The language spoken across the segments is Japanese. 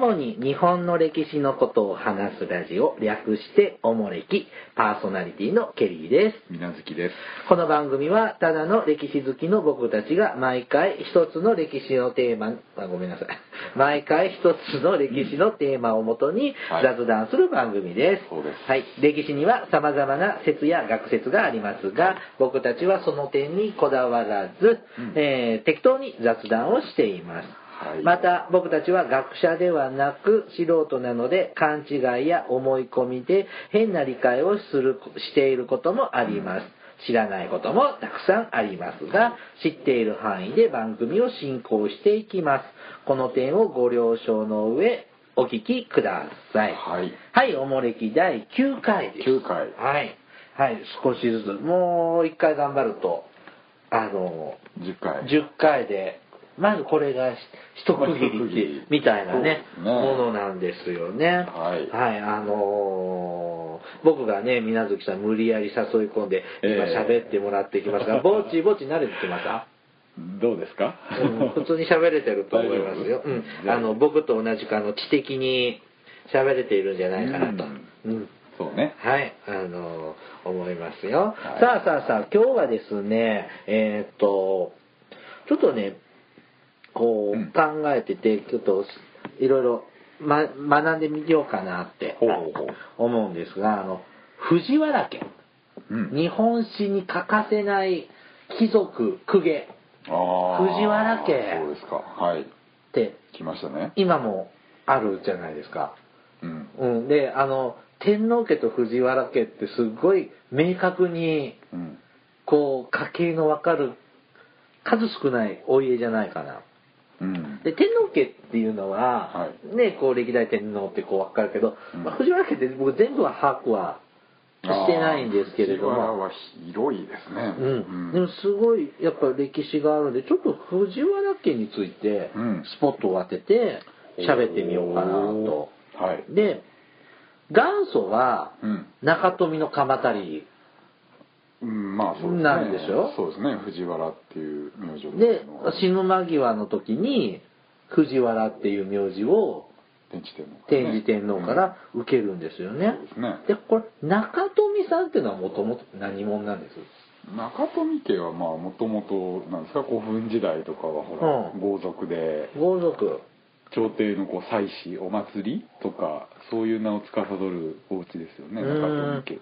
主に日本の歴史のことを話すラジオ、略しておもれき、パーソナリティのケリーです。 みなずきです。 この番組はただの歴史好きの僕たちが毎回一つの歴史のテーマ、毎回一つの歴史のテーマをもとに雑談する番組です。 そうです。 はい。歴史には様々な説や学説がありますが、僕たちはその点にこだわらず、適当に雑談をしています。 はい、 また僕たちは学者ではなく素人なので、勘違いや思い込みで変な理解をしていることもあります。知らないこともたくさんありますが、知っている範囲で番組を進行していきます。この点をご了承の上お聞きください。 はい、 はい、おもれき第9回です。 9回。 はい、はい、少しずつもう1回頑張ると10回でまずこれが一区切りってみたいなねものなんですよね。 はい、 はい、僕がね水無月さん無理やり誘い込んで今喋ってもらってきますが、ぼちぼち慣れてきました？ どうですか？ 普通に喋れてると思いますよ。僕と同じく知的に喋れているんじゃないかなと。 そうね。 はい、思いますよ。はい、さあ、今日はですね、ちょっとね、こう考えてて、ちょっといろいろ学んでみようかなって思うんですが、藤原家、日本史に欠かせない貴族公家、藤原家そうですか。はい。 って来ましたね。 今もあるじゃないですか。で、天皇家と藤原家ってすごい明確に、こう家系の分かる数少ないお家じゃないかな。で天皇家っていうのは、ね、こう歴代天皇ってこう分かるけど、藤原家って僕全部は把握はしてないんですけれども、 藤原は広いですね。 でもすごいやっぱ歴史があるんで、ちょっと藤原家についてスポットを当てて喋ってみようかなと。で元祖は中富の鎌足りなんでしょ。 そうですね。藤原っていう名字で死ぬ間際の時に藤原っていう名字を天智天皇から受けるんですよね。でこれ中富さんっていうのはもともと何者なんです？ 中富家はもともとなんですか、古墳時代とかはほら、豪族で朝廷の祭祀お祭りとかそういう名を司るお家ですよね。中富家っていう。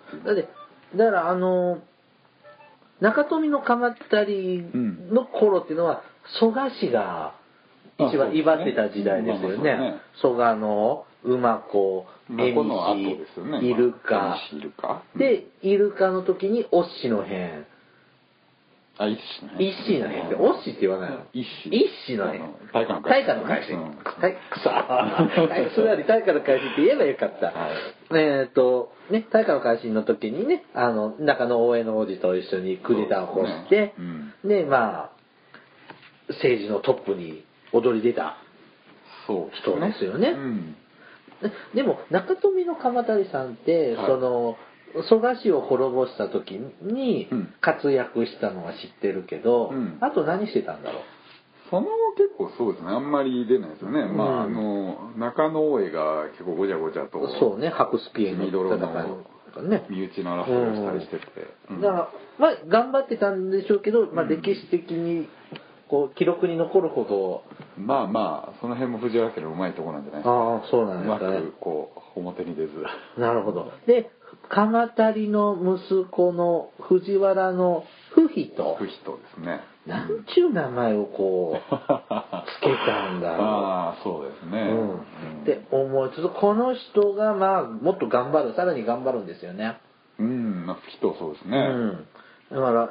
だから中富の鎌足りの頃っていうのは蘇我氏が一番威張ってた時代ですよね。蘇我の馬子、蝦夷、イルカでイルカの時に乙氏の変。 一子の変って乙氏って言わないの？一子の変。大化の改新。それより大化の改新って言えばよかった。大化の改新の時にね、中野大江の王子と一緒にクーデターを起こして、で政治のトップに躍り出た人ですよね。でも中富の鎌足りさんって蘇我氏を滅ぼした時に活躍したのは知ってるけど、あと何してたんだろう。 その後結構そうですね、あんまり出ないですよね。中野大江が結構ごちゃごちゃとそうね、白スピエの戦いね、身内の争いをしたりしてて、 だから頑張ってたんでしょうけど、歴史的にこう記録に残るほどその辺も藤原家のうまいところなんじゃないですか。 そうなんですかね。 うまくこう表に出ず。 なるほど。で鎌足りの息子の藤原の不比とですね。 なんちゅう名前をこうつけたんだろう。 そうですね。 で思いつつこの人がもっとさらに頑張るんですよね。 不比とそうですね。 だから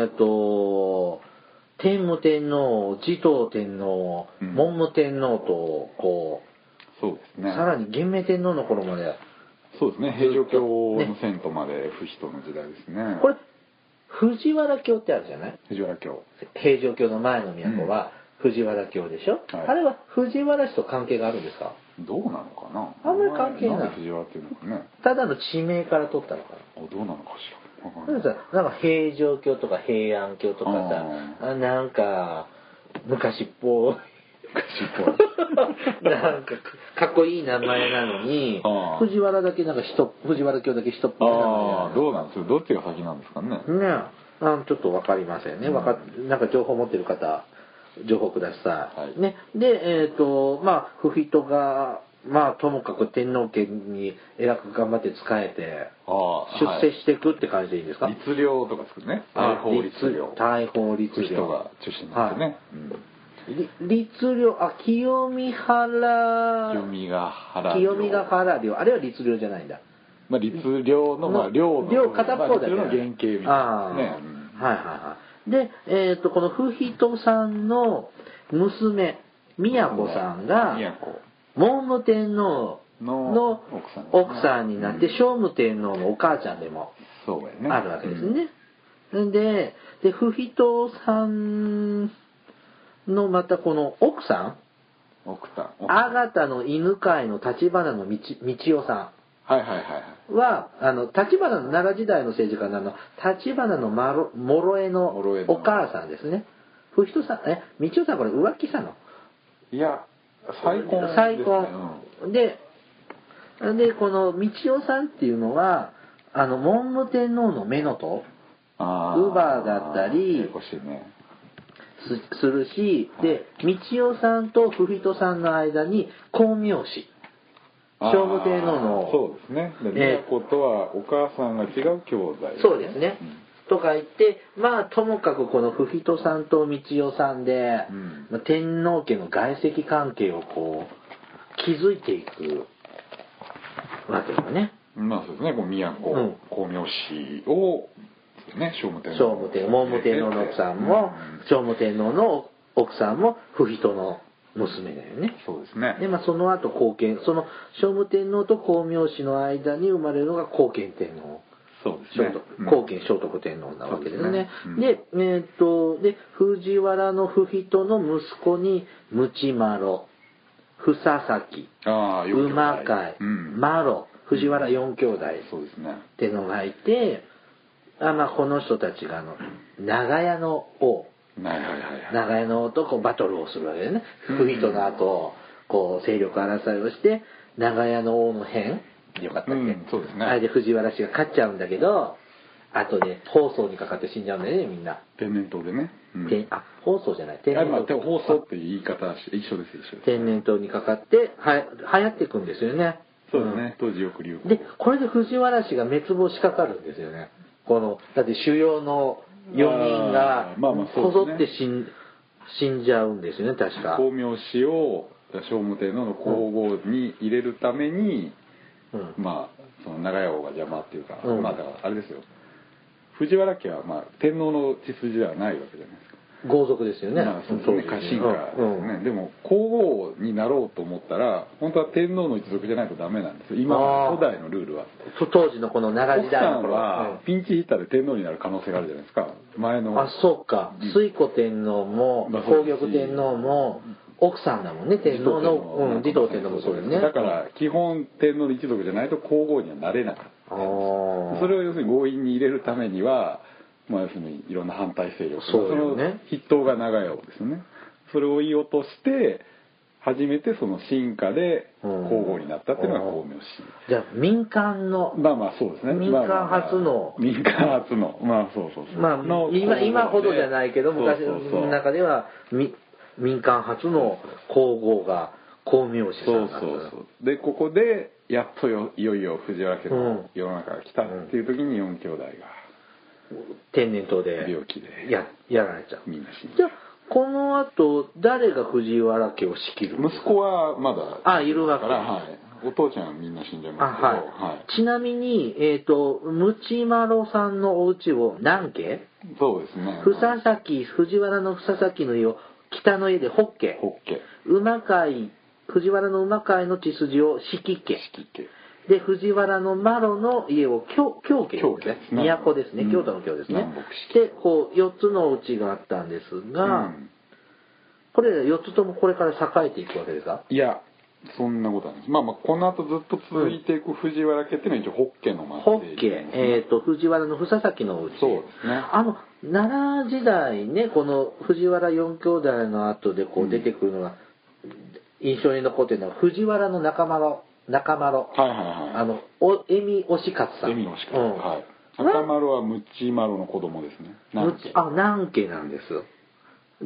天武天皇、持統天皇、文武天皇とこう、 そうですね。 さらに元明天皇の頃まで。 そうですね。平城京の遷都まで不比との時代ですね。 これ藤原京ってあるじゃない？ 藤原京。 平城京の前の都は藤原京でしょ？あれは藤原氏と関係があるんですか？ どうなのかな。 あんまり関係ない。 なんで藤原っていうのかね。 ただの地名から取ったのかな。 どうなのかしら。 なんか平城京とか平安京とかさ、なんか昔っぽいなんかかっこいい名前なのに藤原だけなんか藤原京だけ人っぽい名前。 ああ、どうなんですよ。どっちが先なんですかね。 ね、ちょっとわかりませんね。なんか情報持ってる方情報ください。はい、ね、でまあ不人がまあともかく天皇家に偉く頑張って仕えて出世していくって感じでいいんですか？ 律令とかですね。大法律令。 大法律令。 人が中心なんですね。 律令、清見原領、あれは律令じゃないんだ。 まあ律令の領片っぽだけど、 原型みたいですね。 はいはい。で、この不人さんの娘宮子さんが文武天皇の奥さんになって聖武天皇のお母ちゃんでもあるわけですね。で不人さんのまたこの奥さんあがたの犬飼の立花の道代さんは立花の奈良時代の政治家の立花の諸江のお母さんですね。不人さん道代さんこれ浮気したの？ いや再婚でこの道代さんっていうのは文武天皇の乳母乳母だったりするし、で道代さんと不人さんの間に光明氏聖武天皇のそうですね。宮子とはお母さんが違う兄弟、 そうですね、とか言ってまあともかくこの不人さんと道代さんで、天皇家の外戚関係をこう築いていくわけだね。 まあそうですね。こう宮子、光明氏をね、聖武天皇文武天皇の奥さんも聖武天皇の奥さんも不人の娘だよね。 そうですね。 でその後その聖武天皇と光明氏の間に生まれるのが光顕天皇。 そうですね。 光顕聖徳天皇なわけですね。で藤原の不人の息子に鞭麻呂、房崎、馬飼、麻呂、藤原4兄弟ってのがいて、この人たちが長屋の王、長屋の王とこうバトルをするわけですね。不人の後こう勢力争いをして長屋の王の変よかったっけ、 そうですね。 あれで藤原氏が勝っちゃうんだけど、あとで放送にかかって死んじゃうんだよねみんな。 天然痘でね。 放送じゃない。天然痘。放送っていう言い方一緒です。 天然痘にかかって流行っていくんですよね。 そうですね。当時よく流行。 でこれで藤原氏が滅亡しかかるんですよね。だって主要の4人がこぞって死んじゃうんですよね確か。 光明氏を聖武天皇の皇后に入れるために、その長屋王が邪魔っていうか、だからあれですよ。藤原家は天皇の血筋ではないわけじゃないですか。 豪族ですよね。 そうですね。家臣家ですね。でも皇后になろうと思ったら本当は天皇の一族じゃないとダメなんですよ。今古代のルールは。 当時のこの奈良時代の頃はピンチヒッターで天皇になる可能性があるじゃないですか。前の。 そうか。推古天皇も皇玉天皇も奥さんだもんね。天皇の持統天皇もそうですね。 だから基本天皇の一族じゃないと皇后にはなれなかった。それを要するに強引に入れるためには。要するにいろんな反対勢力、その筆頭が長屋王ですよね。それを言い落として初めてその臣下で皇后になったっていうのが光明氏。 じゃあ民間のそうですね。 民間初のそう今ほどじゃないけど昔の中では民間初の皇后が光明氏さんだった。 でここでやっといよいよ藤原家の世の中が来たっていう時に4兄弟が天然痘で病気でやられちゃう。 みんな死んじゃあこの後誰が藤原家を仕切るんですか？ 息子はまだいるわけ。 お父ちゃんはみんな死んじゃいますけど、 ちなみに鞭麻呂さんのお家を何家？ そうですね。 藤原の房崎の家を北の家で北家。馬飼藤原の馬飼の血筋を式家。で藤原の麻呂の家を京家ですね。都ですね。京都の京ですね。でこう4つのお家があったんですが、これ4つともこれから栄えていくわけですか？ いやそんなことないです。この後ずっと続いていく藤原家っていうのは一応北家の北家、藤原の房崎のうち。 そうですね。 奈良時代ねこの藤原4兄弟の後でこう出てくるのが、 印象に残ってるのは藤原の中丸、 はいはいはい、 恵美推し勝さん。 恵美推し勝、はい。中丸はムチマロの子供ですね。 南家なんです。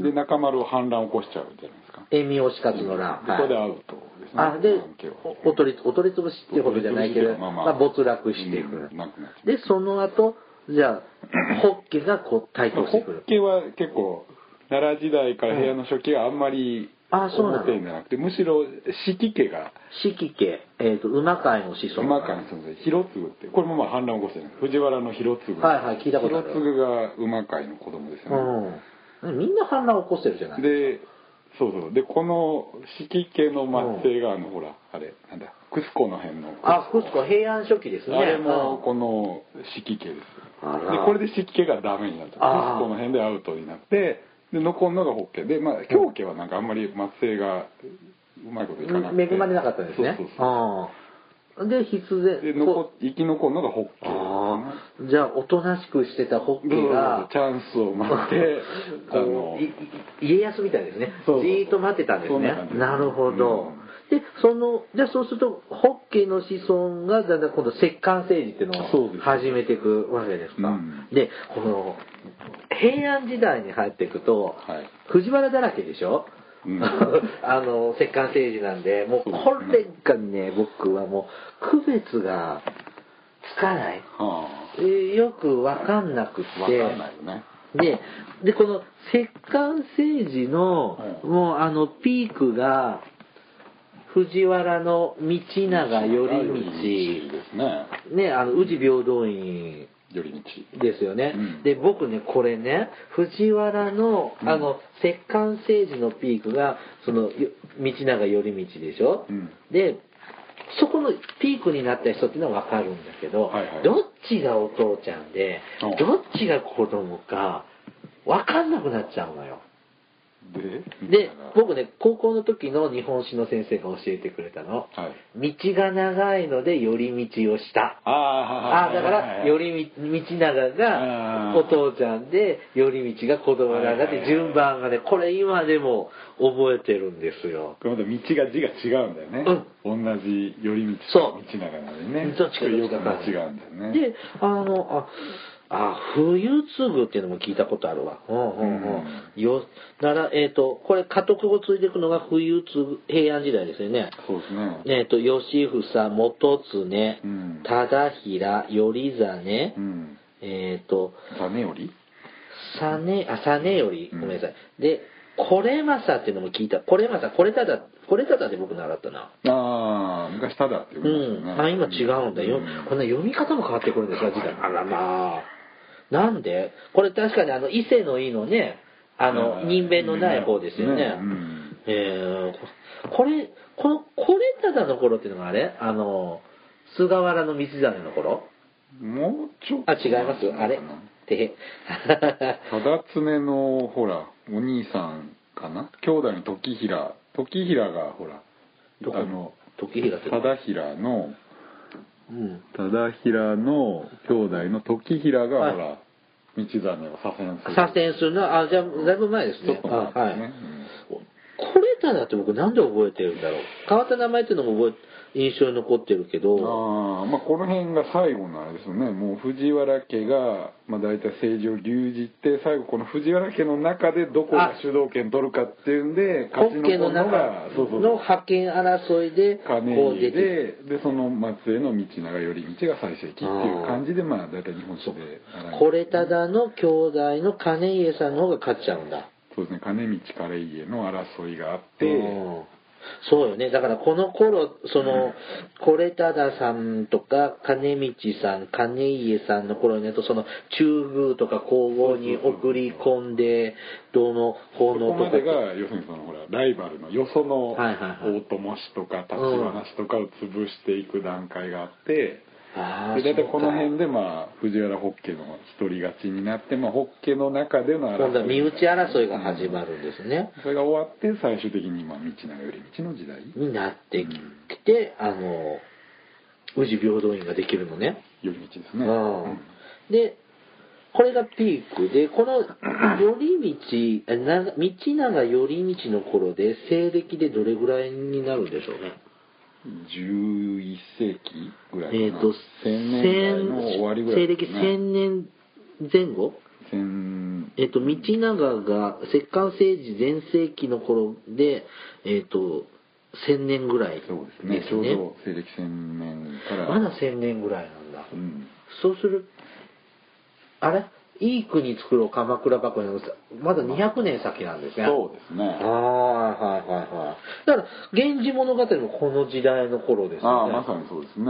で中丸は反乱を起こしちゃうじゃないですか。 恵美推し勝の乱。 ここでアウトですね。 でお取り潰しっていうことじゃないけど、没落していく。でその後じゃあホッケがこう対抗してくる。 ホッケは結構奈良時代から平安の初期はあんまり表にならなくて、むしろ四季家が馬飼の子孫、 馬飼の子孫で広次ってこれもまあ反乱を起こしてる藤原の広次、 聞いたことある。 広次が馬飼の子供ですよね、みんな反乱を起こしてるじゃないでそうでこの四季家の末裔がほらあれなんだクスコの辺のクスコ平安初期ですね。 あれもこの四季家です。でこれで四季家がダメになった。クスコの辺でアウトになってで残るのがホッケで、まあ京家はなんかあんまり末裔がうまいこといかなくて恵まれなかったんですね。で必然で生き残るのがホッケ。 じゃあおとなしくしてたホッケがチャンスを待って家康みたいですね。じーっと待ってたんですね。なるほど。でじゃあそうするとホッケの子孫がだんだん今度摂関政治っていうのを始めていくわけですか。でこの平安時代に入っていくと、藤原だらけでしょ。摂関政治なんでもうこれがね僕はもう区別がつかない、よく分かんなくて、でこの摂関政治の、もうピークが藤原道長頼通ですね。 宇治平等院ですよね、で僕ねこれね藤原の摂関政治のピークがその道長頼通でしょ、でそこのピークになった人っていうのは分かるんだけど、どっちがお父ちゃんでどっちが子供か分かんなくなっちゃうのよ。で僕ね高校の時の日本史の先生が教えてくれたの、道が長いので寄り道をした。だから道長がお父ちゃんで寄り道が子供なんだって順番がねこれ今でも覚えてるんですよ。 これまた道が字が違うんだよね、同じ寄り道と道長なのにねどっちかよく違うんだよね。 で冬継っていうのも聞いたことあるわ。これ家督を継いでいくのが冬継平安時代ですよね。 そうですね。 義房、元常、忠平、頼実、実頼、ごめんなさい。で、これまさっていうのも聞いた。これただで僕習ったな。 昔ただって言うんですね。今違うんだよ。こんな読み方も変わってくるんですか、時代。あらまあ。なんでこれ確かに伊勢のいのね、人弁のない方ですよね。これただの頃っていうのがあれ菅原道真の頃もうちょっと違いますあれて忠常のほらお兄さんかな兄弟の時平がほら時平って忠平の兄弟の時平がほら道真を左遷するのはじゃあだいぶ前ですね。これただって僕なんで覚えてるんだろう。変わった名前っていうのも印象に残ってるけどこの辺が最後のあれですよね。もう藤原家が大体政治を牛耳って最後この藤原家の中でどこが主導権取るかっていうんで勝ち残るのがの覇権争いで金家でその末裔の道長頼通が最盛期っていう感じで大体日本史でこれただの兄弟の金家さんの方が勝っちゃうんだ。 そうですね。金道金家の争いがあってそうよね。だからこの頃これたださんとか金道さん金家さんの頃になるとその中宮とか皇后に送り込んでどうのこうのとかそこまでが要するにほらライバルのよその大友氏とか立花氏とかを潰していく段階があって大体この辺で藤原ホッケの一人勝ちになってホッケの中での争い今度は身内争いが始まるんですね。 それが終わって最終的に道長頼通の時代になってきて宇治平等院ができるのね。 頼道ですね。 でこれがピークで、この頼道、道長頼道の頃で、西暦でどれぐらいになるんでしょうね。 11世紀ぐらいかな。1000年代の終わりぐらいですね。西暦1000年前後道長が摂関政治全盛期の頃で、1000年ぐらいですね。 そうですね。ちょうど西暦1000年から。 まだ1000年ぐらいなんだ。そうする、あれいい国作ろう鎌倉幕府のまだ200年先なんですね。 そうですね。 はいはいはい。だから「源氏物語」もこの時代の頃ですね。 まさにそうですね。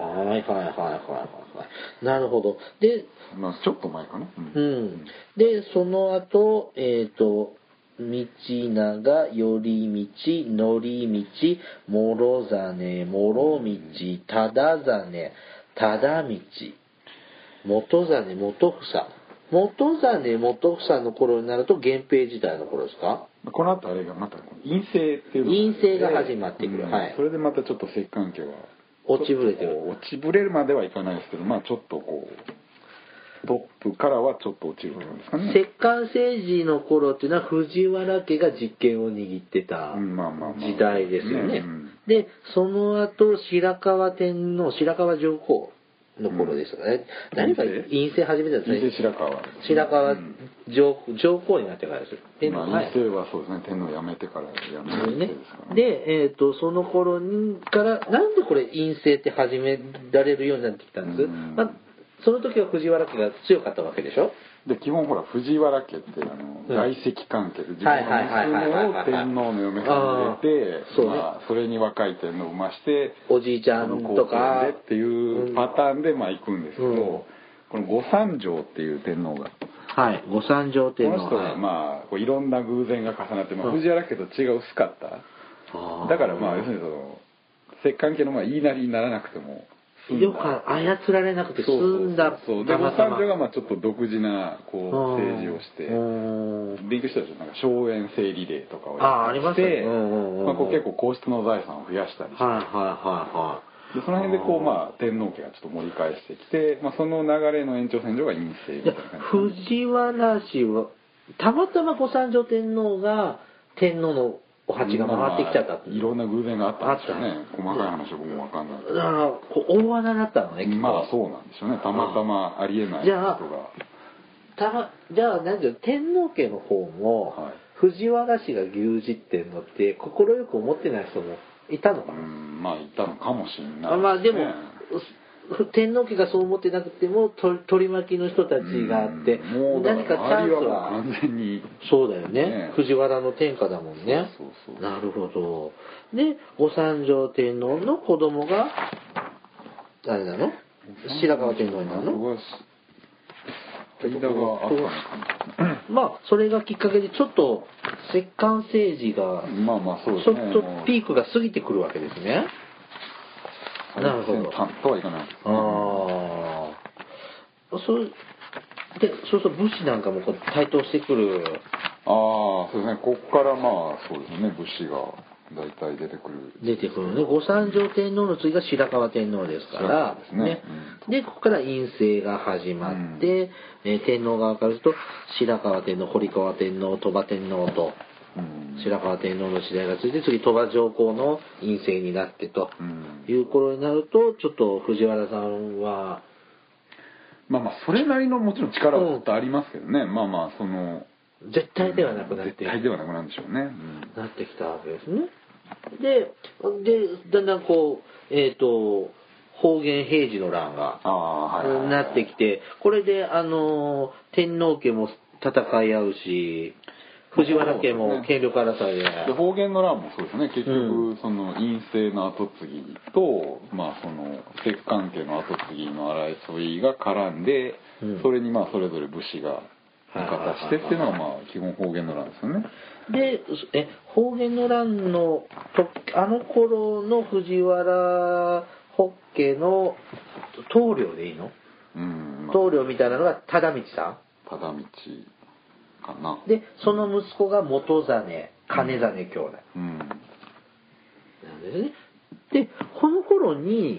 はい。なるほど。で、 ちょっと前かな。 で、その後、道長、頼道、則道、諸実、諸道、忠真、忠道、元実、元房。元実、元房の頃になると源平時代の頃ですか？ この後あれがまた院政っていうの院政が始まってくる。はい。 それでまたちょっと摂関家が落ちぶれてる。 落ちぶれるまではいかないですけど、ちょっとこうトップからはちょっと落ちるんですかね。 摂関政治の頃っていうのは藤原家が実権を握ってた時代ですよね。で、その後白河天皇、白河上皇の頃ですかね。何か院政始めたんですね。 院政白河上皇になってからです。 院政はそうですね。天皇辞めてから辞めたんですからね。で、その頃からなんでこれ院政って始められるようになってきたんです。その時は藤原家が強かったわけでしょ。 で基本ほら藤原家って外戚関係で自分の娘を天皇の嫁さんに入れて、それに若い天皇を産ましておじいちゃんとかでっていうパターンで行くんですけど、この御三条っていう天皇が、 御三条天皇、 この人がいろんな偶然が重なって、藤原家と血が薄かった。だから要するに摂関家の言いなりにならなくても。 よく操られなくて済んだ。 で御三条がちょっと独自な政治をして勉強したでしょ。なんか荘園整理令とかをやって結構皇室の財産を増やしたりして、でその辺で天皇家がちょっと盛り返してきて、その流れの延長線上が院政みたいな感じ。 藤原氏はたまたま御三条天皇が天皇のお鉢が回ってきちゃったっていろんな偶然があったんですよね。細かい話は僕も分かんないけど。 だから大穴だったのね。 そうなんでしょうね。たまたまありえない人が。 じゃあ何で天皇家の方も、藤原氏が牛耳ってんのって快く思ってない人もいたのかな。 いたのかもしれないですね。でも天皇家がそう思ってなくても取り巻きの人たちがあって何かチャンスは完全にそうだよね。藤原の天下だもんね。なるほど。で御三条天皇の子供が誰なの？白河天皇になるの？それがきっかけでちょっと摂関政治がちょっとピークが過ぎてくるわけですね。なるほど。 とはいかないですね。 そうすると武士なんかも台頭してくる。 そうですね。ここからそうですね。武士が大体出てくるね。御三条天皇の次が白河天皇ですからね。でここから院政が始まって、天皇側からすると白河天皇、堀川天皇、鳥羽天皇と。白河天皇の時代が続いて次鳥羽上皇の院政になってという頃になるとちょっと藤原さんはそれなりのもちろん力はずっとありますけどね。その絶対ではなくなって絶対ではなくなるんでしょうね。 なってきたわけですね。でだんだん方言平治の乱がなってきてこれで天皇家も戦い合うし藤原家も権力争いで方言の乱もそうですね。結局その院政の後継ぎとその摂関家の後継ぎの争いが絡んで、それにそれぞれ武士が味方してっていうのが基本方言の乱ですよね。 で方言の乱のあの頃の藤原北家の棟梁でいいの？棟梁みたいなのが忠道さん。 忠道かな。 でその息子が元実、金実兄弟なんですね。でこの頃に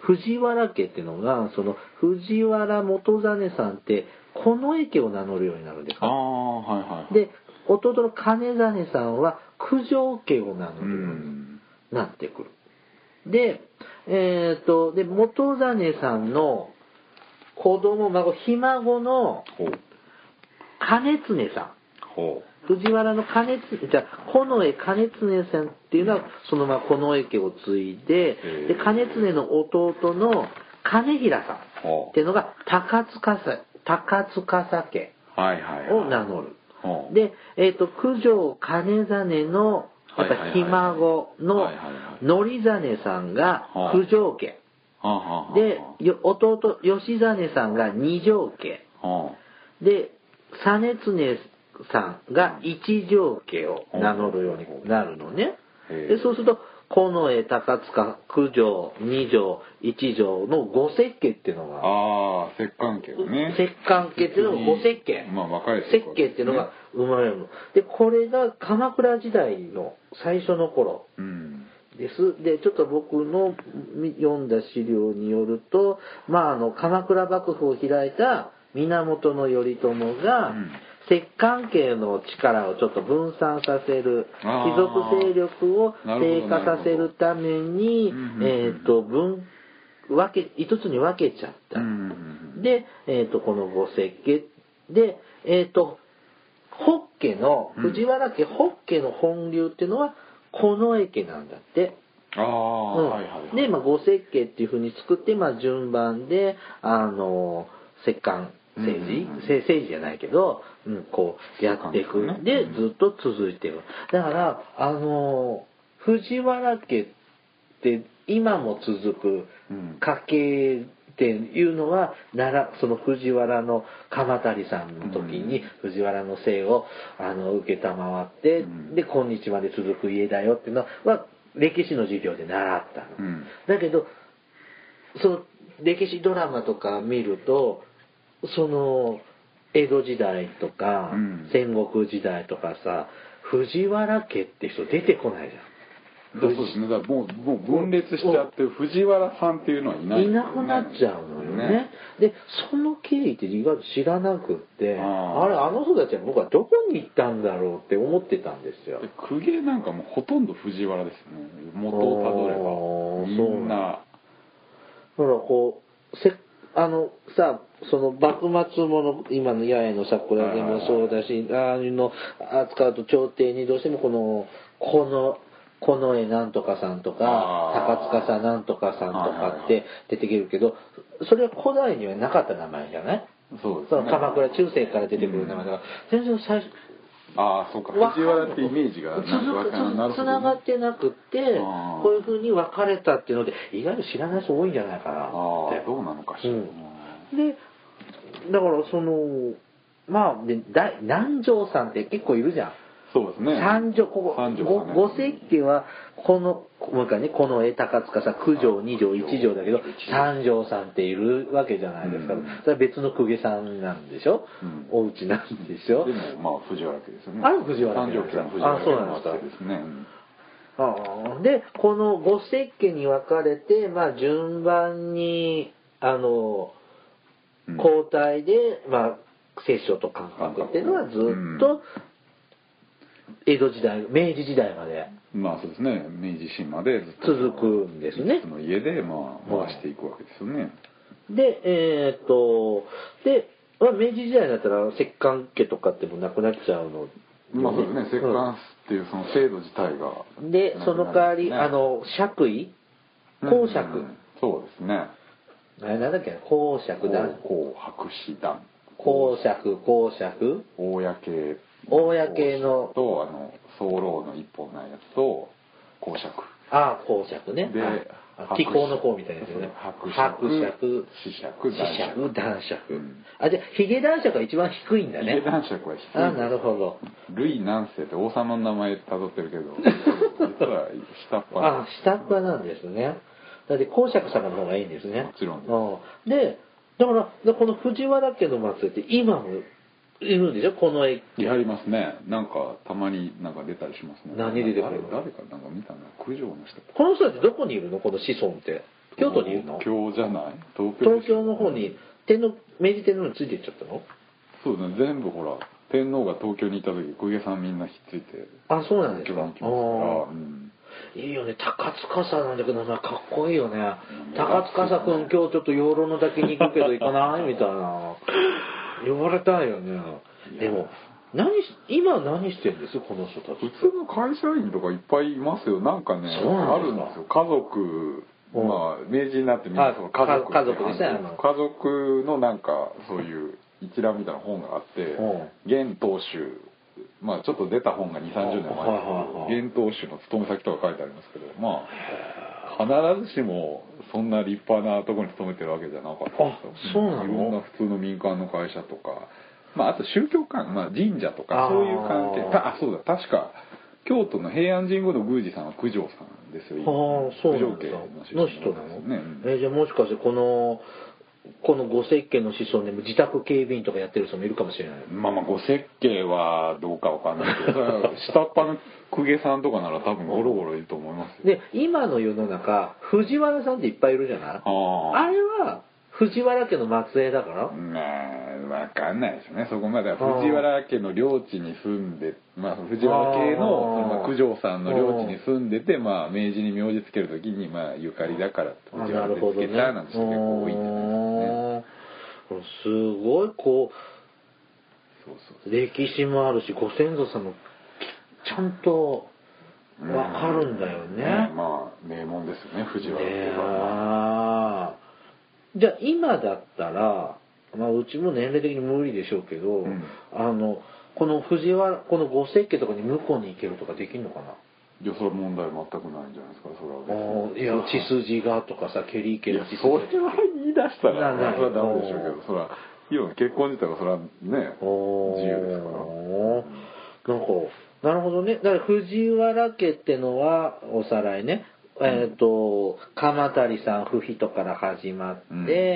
藤原家っていうのが、その藤原元実さんって近衛家を名乗るようになるんですか。 はいはい。 で、弟の金実さんは九条家を名乗るようになってくる。で、で、元実さんの子供、ひ孫の兼常さん。藤原の近衛兼常さんっていうのはその近衛家を継いで、で兼常の弟の兼平さんっていうのが高司家を名乗る。で、九条兼実のやっぱひ孫の則実さんが九条家で、弟義実さんが二条家で、実常さんが一条家を名乗るようになるのね。で、そうすると近衛、高塚、九条、二条、一条の五石家っていうのが、 摂関家ね。 摂関家っていうのが五石家。石家っていうのが生まれるの。で、これが鎌倉時代の最初の頃です。で、ちょっと僕の読んだ資料によると、鎌倉幕府を開いた源頼朝が、摂関家の力をちょっと分散させる、貴族勢力を低下させるために、5つに分けちゃった。で、この五石家で、北家の、藤原家北家の本流っていうのは、近衛家なんだって。で、五石家っていう風に作って、順番で、摂関政治じゃないけど、こうやっていく。で、ずっと続いてる。だから、藤原家って今も続く家系っていうのは、その藤原の鎌足さんの時に藤原の姓を受けたまわって、で、今日まで続く家だよっていうのは、歴史の授業で習ったの。だけど、その歴史ドラマとか見ると、その江戸時代とか、戦国時代とかさ、藤原家って人出てこないじゃん。 そうですね。だからもう分裂しちゃって藤原さんっていうのはいない、 いなくなっちゃうのよね。で、その経緯って意外と知らなくって、あの人たちは僕はどこに行ったんだろうって思ってたんですよ。 公家なんかもうほとんど藤原ですね。元をたどればみんな。 ほらこうさ、その幕末もの今の八重の桜でもそうだし、扱うと朝廷にどうしてもこの近衛なんとかさんとか高塚さんなんとかさんとかって出てくるけど、それは古代にはなかった名前じゃない？ そうですね。 鎌倉中世から出てくる名前だから、全然最初そうか、藤原ってイメージがつながってなくってこういう風に分かれたっていうので意外と知らない人多いんじゃないかなって。 どうなのかしら。 でだからその南條さんって結構いるじゃん。 そうですね。 五石家はもう一回ね、この高塚さん九条二条一条だけど三条さんっているわけじゃないですか。それは別の公家さんなんでしょ。お家なんでしょ。 でも藤原家ですよね。 藤原家。 そうなんですか。 でこの五石家に分かれて順番に交代で摂政と関白っていうのはずっと江戸時代明治時代までそうですね、明治維新までずっと続くんですね。 その家で回していくわけですよね。 で明治時代だったら摂関家とかってもなくなっちゃうの。 そうですね、摂関っていうその制度自体がでその代わり爵位公爵、 そうですね。 なんだっけ、公爵団、 白紙団、 公爵公のと僧侶の一本ないやつと公爵。 公爵ね。 で気候の項みたいですよね。 伯爵、 子爵、 男爵。じゃあヒゲ男爵が一番低いんだね。 ヒゲ男爵は低い。 なるほど。 ルイ何世って王様の名前辿ってるけど、実は下っ端。 下っ端なんですね。だって公爵様の方がいいんですね。 もちろんです。で、だからこの藤原家の末裔って今もいるんでしょ、この絵。 やりますね。なんかたまに出たりしますね。 何出てくるの？ 誰か見たな。九条の人。 この人たちどこにいるの？この子孫って。 京都にいるの？ 東京じゃない？ 東京の方に明治天皇についていっちゃったの？ そうだね、全部ほら天皇が東京にいた時公家さんみんなひっついて、 あ、そうなんですか。 東京に来ますから、 いいよね、高司なんだけどかっこいいよね。高司君今日ちょっと養老の滝に行くけど行かないみたいな言われたいよね。でも今何してんですこの人たち？ 普通の会社員とかいっぱいいますよ。なんかね、あるんですよ。家族、まあ明治になってみんなその家族ですね。 家族のなんかそういう一覧みたいな本があって、現当主、まあちょっと出た本が2、30年前ですけど、現当主の勤め先とか書いてありますけど、まあ必ずしもそんな立派なところに勤めてるわけじゃなかったですよ。 そうなの？ いろんな普通の民間の会社とか、まああと宗教関係、まあ神社とかそういう関係、そうだ、確か京都の平安神宮の宮司さんは九条さんですよ。 九条家の人なのね。じゃあもしかしてこの御設計の子孫でも自宅警備員とかやってる人もいるかもしれない。 まあ御設計はどうかわかんないけど下っ端の公家さんとかなら多分ゴロゴロいると思いますよ。で今の世の中藤原さんっていっぱいいるじゃない？あれは藤原家の末裔だから？ わかんないですね。そこまでは藤原家の領地に住んで、まあ藤原家の九条さんの領地に住んでて、まあ明治に名字つけるときにまあゆかりだから藤原でつけたなんて人結構多いんじゃないですかね。 すごいそう歴史もあるしご先祖さんもちゃんとわかるんだよね。 まあ名門ですよね藤原家は。 じゃあ今だったら、まあ、うちも年齢的に無理でしょうけど、この御設計とかに向こうに行けるとかできるのかな？ いやそれは問題全くないんじゃないですか。それは別にいや血筋がとかさケリー家の血筋それは言い出したらそれはダメでしょうけど、それは結婚自体はそれはね自由ですから。 なるほどね。だから藤原家ってのはおさらいね。鎌足さん不人から始まって、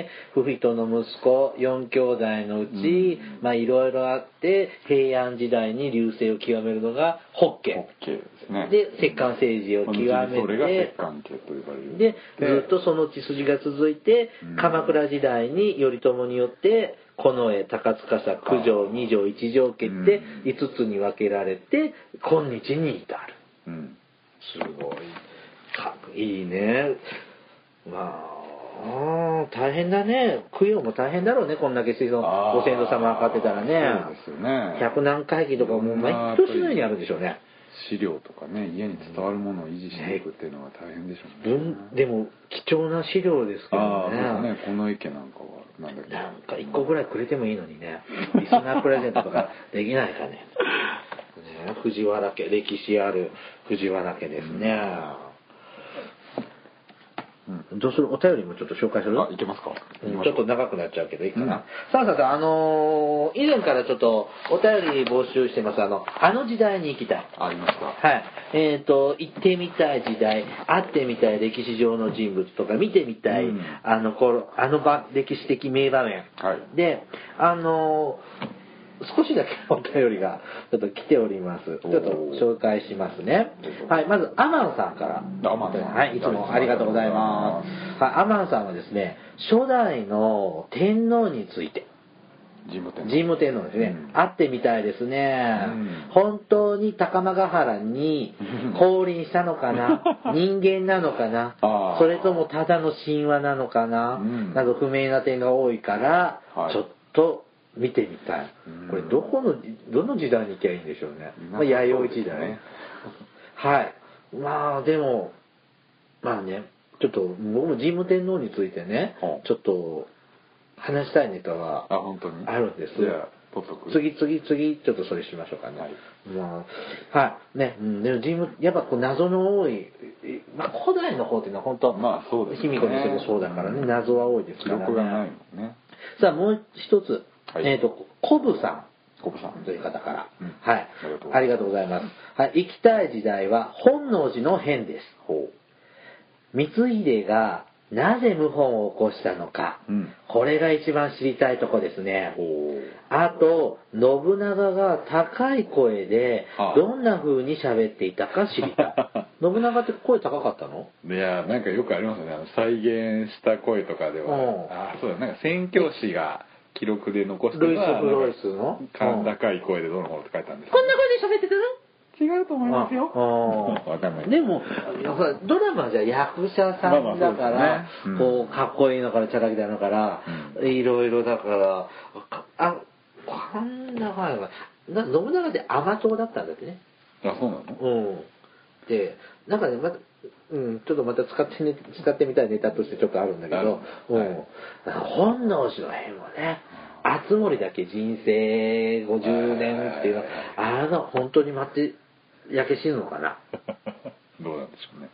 不人の息子4兄弟のうち、まあいろいろあって平安時代に隆盛を極めるのが北家ですね。 で摂関政治を極めて、 それが摂関家と呼ばれる。 でずっとその血筋が続いて、鎌倉時代に頼朝によって近衛高司九条二条一条家って5つに分けられて今日に至る。すごい。いいね。まあ大変だね。供養も大変だろうね。こんだけご先祖様がかってたらね。 そうですよね。 百何回忌とかもう毎年のようにあるんでしょうね。 資料とかね、家に伝わるものを維持していくっていうのは大変でしょうね。 でも貴重な資料ですけどね。 そうですね。この池なんかはなんか1個ぐらいくれてもいいのにね。リスナープレゼントとかできないかね。藤原家、歴史ある藤原家ですね。どうする？お便りもちょっと紹介する？ いけますか？ ちょっと長くなっちゃうけどいいかな。さあ以前からちょっとお便り募集してます。あの時代に行きたい。 ありますか？ はい。行ってみたい時代、会ってみたい歴史上の人物とか見てみたい、歴史的名場面。で、少しだけお便りがちょっと来ております。ちょっと紹介しますね。はい、まずアマンさんから。はい、いつもありがとうございます。はい、アマンさんはですね、初代の天皇について。神武天皇ですね。会ってみたいですね。本当に高間ヶ原に降臨したのかな人間なのかなそれともただの神話なのかななど不明な点が多いから、ちょっと見てみたい。これどの時代に行けばいいんでしょうね。弥生時代。はい。まあでもまあね、ちょっと僕も神武天皇についてね、ちょっと話したいネタはあるんです。次ちょっとそれしましょうかね。はいね、でもやっぱ謎の多い、古代の方っていうのは本当卑弥呼にしてもそうだからね、謎は多いですからね。 記録がないもんね。 さあもう一つ。コブさんという方から、はい、ありがとうございます。はい、行きたい時代は本能寺の変です。光秀がなぜ謀反を起こしたのか、これが一番知りたいとこですね。あと信長が高い声でどんな風に喋っていたか知りたい。 信長って声高かったの？ いやなんかよくありますよね、再現した声とかでは。そうだ、なんか宣教師が記録で残してたルイス・フロイスの高い声でどうのこうのって書いたんです。 こんな声で喋ってたの？ 違うと思いますよ。わかんない。 でもドラマじゃ役者さんだから、こうかっこいいのからチャラ気だのから、いろいろだからこんな声が信長って甘党だったんだってね。 あ、そうなの？ でなんかねちょっとまた使ってみたいネタとしてちょっとあるんだけど、本能寺の変もね、熱護だけ人生50年っていうの本当に待って焼け死ぬのかな。 どうなんでしょうね。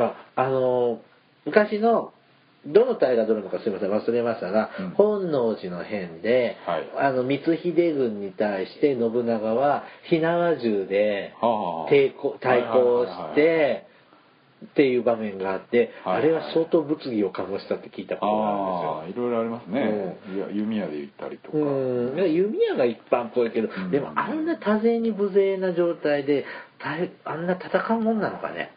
昔のどの隊がどれのかすみません忘れましたが、本能寺の変で、光秀軍に対して信長は火縄銃で対抗してっていう場面があって、あれは相当物議を醸したって聞いたことがあるんですよ。 いろいろありますね。弓矢で言ったりとか。 弓矢が一般っぽいけど、でもあんな多勢に無勢な状態であんな戦うもんなのかね。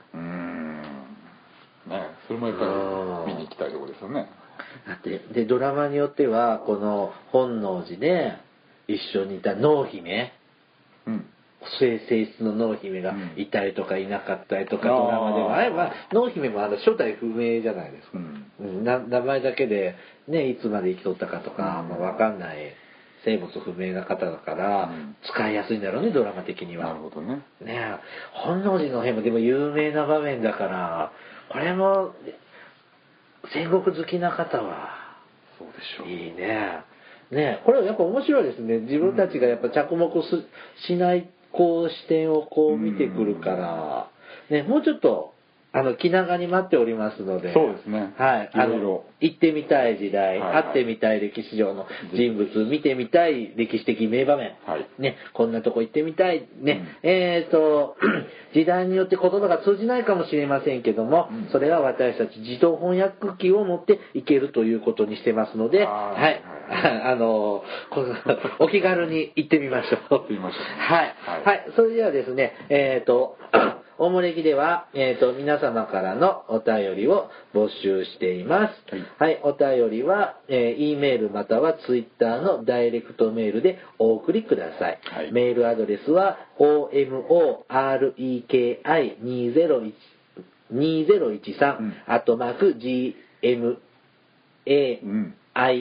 それもやっぱり見に行きたいところですよね。 だってでドラマによってはこの本能寺で一緒にいた濃姫、性質の濃姫がいたりとかいなかったりとか、ドラマでは濃姫も正体不明じゃないですか。名前だけでねいつまで生きとったかとか分かんない生物不明な方だから使いやすいんだろうね、ドラマ的には。 なるほどね。 本能寺の変もでも有名な場面だから、これも戦国好きな方はそうでしょう。 いいね。これはやっぱ面白いですね。自分たちがやっぱ着目しないこう視点をこう見てくるからね、もうちょっと気長に待っておりますので、 そうですね。 行ってみたい時代、会ってみたい歴史上の人物、見てみたい歴史的名場面、こんなとこ行ってみたいね、時代によって言葉が通じないかもしれませんけども、それは私たち自動翻訳機を持って行けるということにしてますので、お気軽に行ってみましょう。それではですね、おもれきでは、皆様からのお便りを募集しています。お便りは、E メールまたは Twitter のダイレクトメールでお送りください。メールアドレスは omoreki2013@gmail.com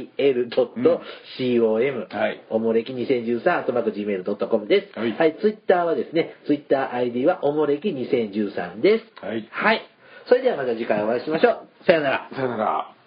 il.com、おもれき2013@gmail.com です。ツイッターはですね、ツイッター ID はおもれき2013です。それではまた次回お会いしましょう。さよなら。 さよなら。